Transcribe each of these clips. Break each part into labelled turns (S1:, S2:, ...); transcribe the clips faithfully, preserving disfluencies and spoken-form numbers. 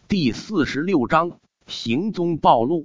S1: 第四十六章行踪暴露。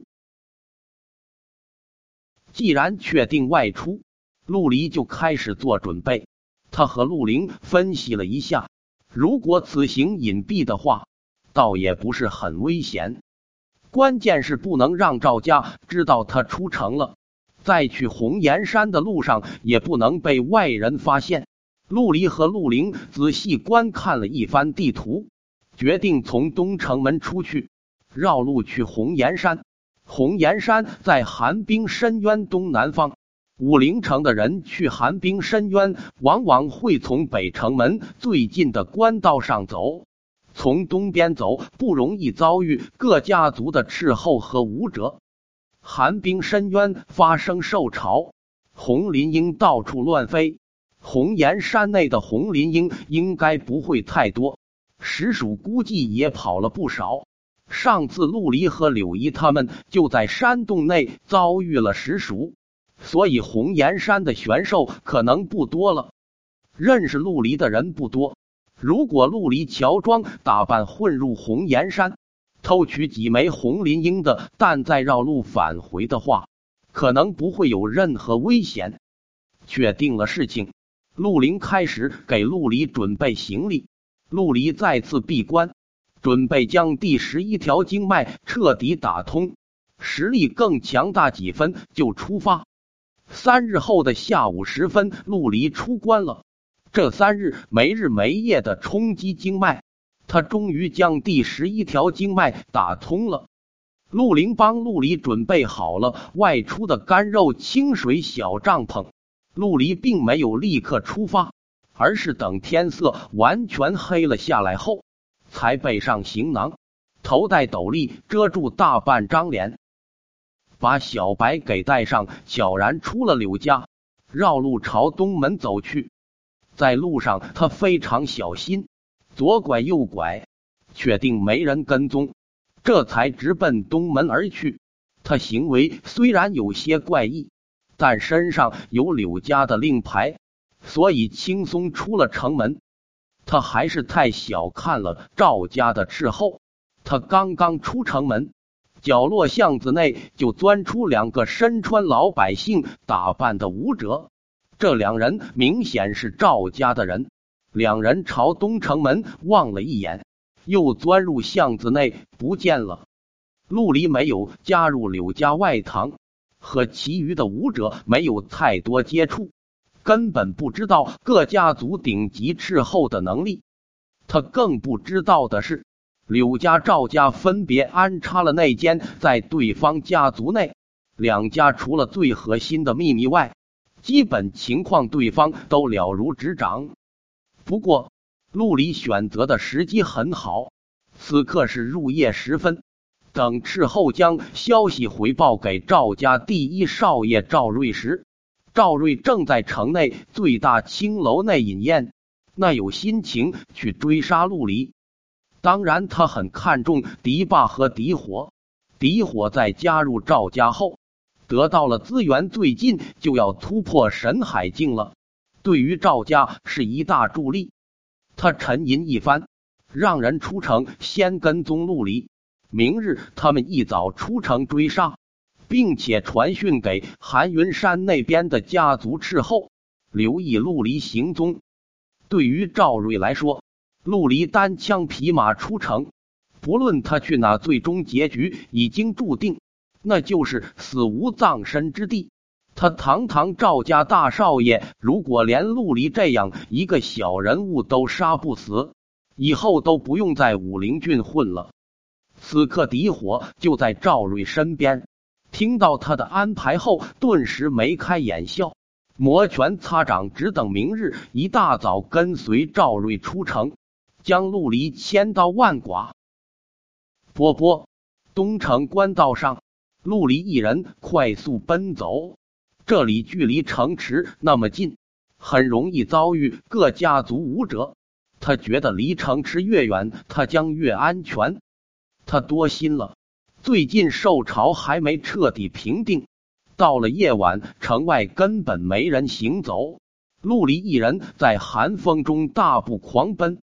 S1: 既然确定外出，陆离就开始做准备。他和陆凌分析了一下，如果此行隐蔽的话，倒也不是很危险。关键是不能让赵家知道他出城了，再去红岩山的路上也不能被外人发现。陆离和陆凌仔细观看了一番地图，决定从东城门出去，绕路去红岩山。红岩山在寒冰深渊东南方，武陵城的人去寒冰深渊往往会从北城门最近的官道上走，从东边走不容易遭遇各家族的斥候和武者。寒冰深渊发生兽潮，红林鹰到处乱飞，红岩山内的红林鹰应该不会太多，石鼠估计也跑了不少。上次陆离和柳姨他们就在山洞内遭遇了石鼠，所以红岩山的玄兽可能不多了。认识陆离的人不多，如果陆离乔装打扮混入红岩山，偷取几枚红林鹰的蛋再绕路返回的话，可能不会有任何危险。确定了事情，陆凌开始给陆离准备行李。陆离再次闭关，准备将第十一条经脉彻底打通，实力更强大几分就出发。三日后的下午时分，陆离出关了。这三日没日没夜的冲击经脉，他终于将第十一条经脉打通了。陆凌帮陆离准备好了外出的干肉清水小帐篷。陆离并没有立刻出发，而是等天色完全黑了下来后，才背上行囊，头戴斗笠遮住大半张脸，把小白给带上，悄然出了柳家，绕路朝东门走去。在路上他非常小心，左拐右拐，确定没人跟踪，这才直奔东门而去。他行为虽然有些怪异，但身上有柳家的令牌，所以轻松出了城门。他还是太小看了赵家的斥候。他刚刚出城门，角落巷子内就钻出两个身穿老百姓打扮的武者，这两人明显是赵家的人。两人朝东城门望了一眼，又钻入巷子内不见了。陆离没有加入柳家外堂，和其余的武者没有太多接触，根本不知道各家族顶级斥候的能力。他更不知道的是，柳家、赵家分别安插了内奸在对方家族内，两家除了最核心的秘密外，基本情况对方都了如指掌。不过陆离选择的时机很好，此刻是入夜时分，等斥候将消息回报给赵家第一少爷赵瑞时，赵瑞正在城内最大青楼内饮宴，那有心情去追杀陆离。当然他很看重狄霸和狄火，狄火在加入赵家后得到了资源，最近就要突破神海境了，对于赵家是一大助力。他沉吟一番，让人出城先跟踪陆离，明日他们一早出城追杀，并且传讯给寒云山那边的家族斥候，留意陆离行踪。对于赵瑞来说，陆离单枪匹马出城，不论他去哪，最终结局已经注定，那就是死无葬身之地。他堂堂赵家大少爷，如果连陆离这样一个小人物都杀不死，以后都不用在武陵郡混了。此刻敌火就在赵瑞身边，听到他的安排后，顿时眉开眼笑，摩拳擦掌，只等明日一大早跟随赵瑞出城，将陆离千刀万剐。波波，东城官道上，陆离一人快速奔走。这里距离城池那么近，很容易遭遇各家族武者。他觉得离城池越远，他将越安全。他多心了，最近兽潮还没彻底平定，到了夜晚，城外根本没人行走。陆离一人在寒风中大步狂奔，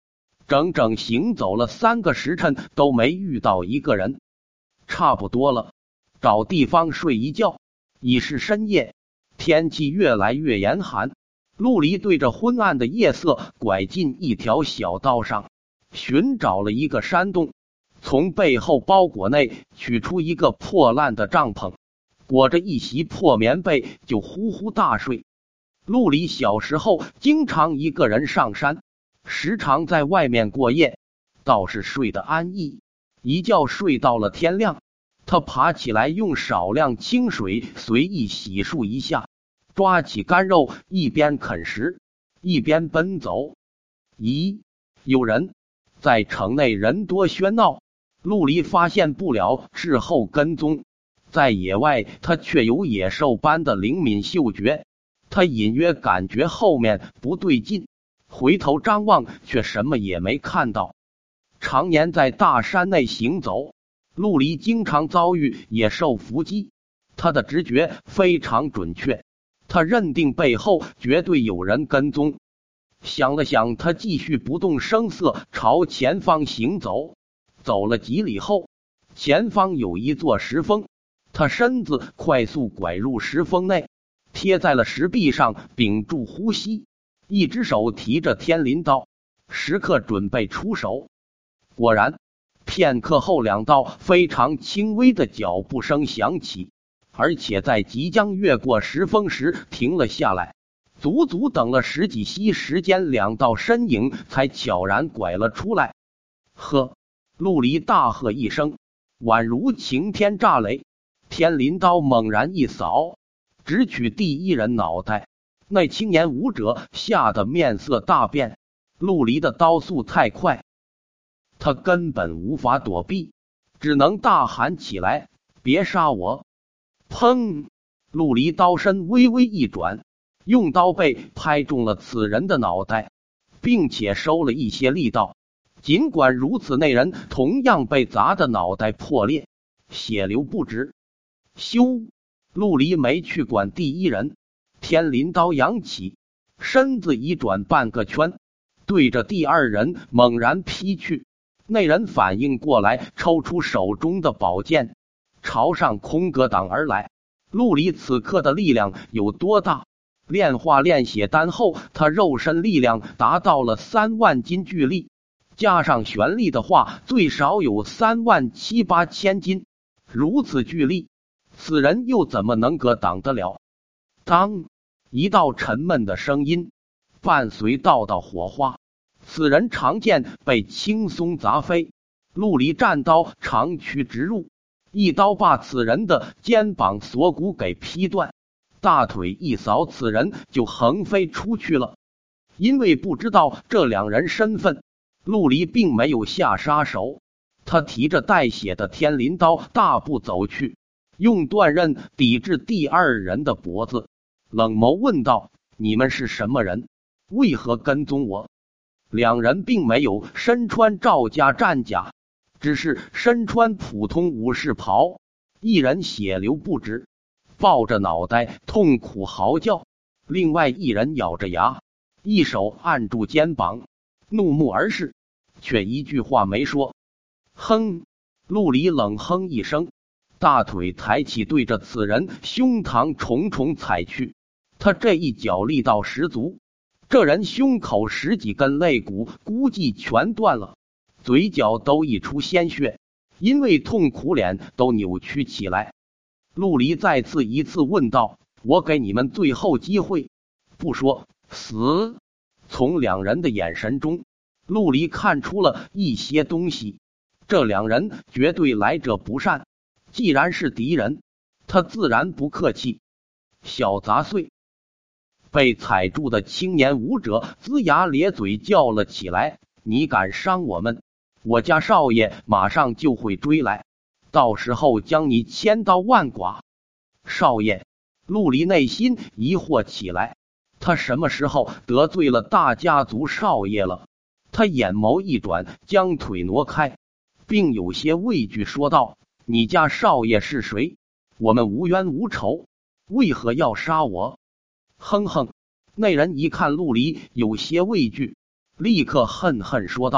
S1: 整整行走了三个时辰都没遇到一个人。差不多了，找地方睡一觉。已是深夜，天气越来越严寒。陆离对着昏暗的夜色拐进一条小道上，寻找了一个山洞，从背后包裹内取出一个破烂的帐篷，裹着一袭破棉被就呼呼大睡。陆离小时候经常一个人上山，时常在外面过夜，倒是睡得安逸，一觉睡到了天亮。他爬起来，用少量清水随意洗漱一下，抓起干肉，一边啃食一边奔走。咦，有人！在城内人多喧闹，陆离发现不了滞后跟踪。在野外，他却有野兽般的灵敏嗅觉，他隐约感觉后面不对劲，回头张望，却什么也没看到。常年在大山内行走，陆离经常遭遇野兽伏击，他的直觉非常准确，他认定背后绝对有人跟踪。想了想，他继续不动声色朝前方行走。走了几里后，前方有一座石峰，他身子快速拐入石峰内，贴在了石壁上，屏住呼吸，一只手提着天灵刀，时刻准备出手。果然，片刻后，两道非常轻微的脚步声响起，而且在即将越过石峰时停了下来。足足等了十几息时间，两道身影才悄然拐了出来。呵！陆离大喝一声，宛如晴天炸雷，天灵刀猛然一扫，直取第一人脑袋。那青年武者吓得面色大变，陆离的刀速太快，他根本无法躲避，只能大喊起来：“别杀我！”砰！陆离刀身微微一转，用刀背拍中了此人的脑袋，并且收了一些力道。尽管如此，那人同样被砸的脑袋破裂，血流不止。咻！陆离没去管第一人，天灵刀扬起，身子一转半个圈，对着第二人猛然劈去。那人反应过来，抽出手中的宝剑，朝上空格挡而来。陆离此刻的力量有多大？炼化炼血丹后，他肉身力量达到了三万斤巨力，加上玄力的话，最少有三万七八千斤。如此巨力，此人又怎么能够挡得了？当一道沉闷的声音，伴随道道火花，此人长剑被轻松砸飞。陆离战刀长驱直入，一刀把此人的肩膀锁骨给劈断，大腿一扫，此人就横飞出去了。因为不知道这两人身份，陆离并没有下杀手，他提着带血的天灵刀大步走去，用断刃抵制第二人的脖子，冷眸问道：“你们是什么人？为何跟踪我？”两人并没有身穿赵家战甲，只是身穿普通武士袍，一人血流不止，抱着脑袋痛苦嚎叫，另外一人咬着牙，一手按住肩膀，怒目而视，却一句话没说。哼！陆离冷哼一声，大腿抬起，对着此人胸膛重重踩去。他这一脚力道十足，这人胸口十几根肋骨估计全断了，嘴角都溢出鲜血，因为痛苦脸都扭曲起来。陆离再次一次问道：“我给你们最后机会，不说死！”从两人的眼神中，陆离看出了一些东西，这两人绝对来者不善，既然是敌人，他自然不客气。小杂碎！被踩住的青年武者龇牙咧嘴叫了起来：“你敢伤我们，我家少爷马上就会追来，到时候将你千刀万剐！”少爷！陆离内心疑惑起来，他什么时候得罪了大家族少爷了？他眼眸一转，将腿挪开，并有些畏惧说道：“你家少爷是谁？我们无冤无仇，为何要杀我？”哼哼！那人一看陆离有些畏惧，立刻恨恨说道：“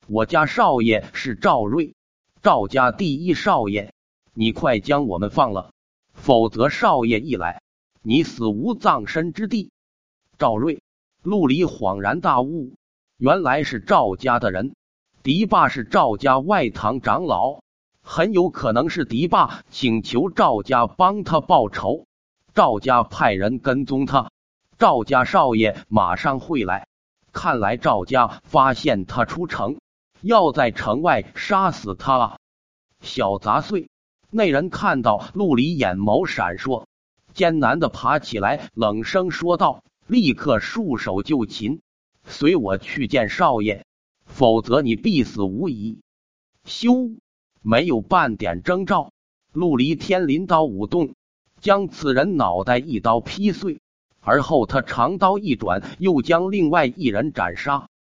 S1: 我家少爷是赵瑞，赵家第一少爷，你快将我们放了，否则少爷一来，你死无葬身之地。赵瑞，陆离恍然大悟，原来是赵家的人。狄霸是赵家外堂长老，很有可能是狄霸请求赵家帮他报仇，赵家派人跟踪他，赵家少爷马上会来，看来赵家发现他出城，要在城外杀死他啊！小杂碎。那人看到陆离眼眸闪烁，艰难的爬起来，冷声说道：立刻束手就擒，随我去见少爷，否则你必死无疑。咻！没有半点征兆，陆离天临刀舞动，将此人脑袋一刀劈碎，而后他长刀一转，又将另外一人斩杀。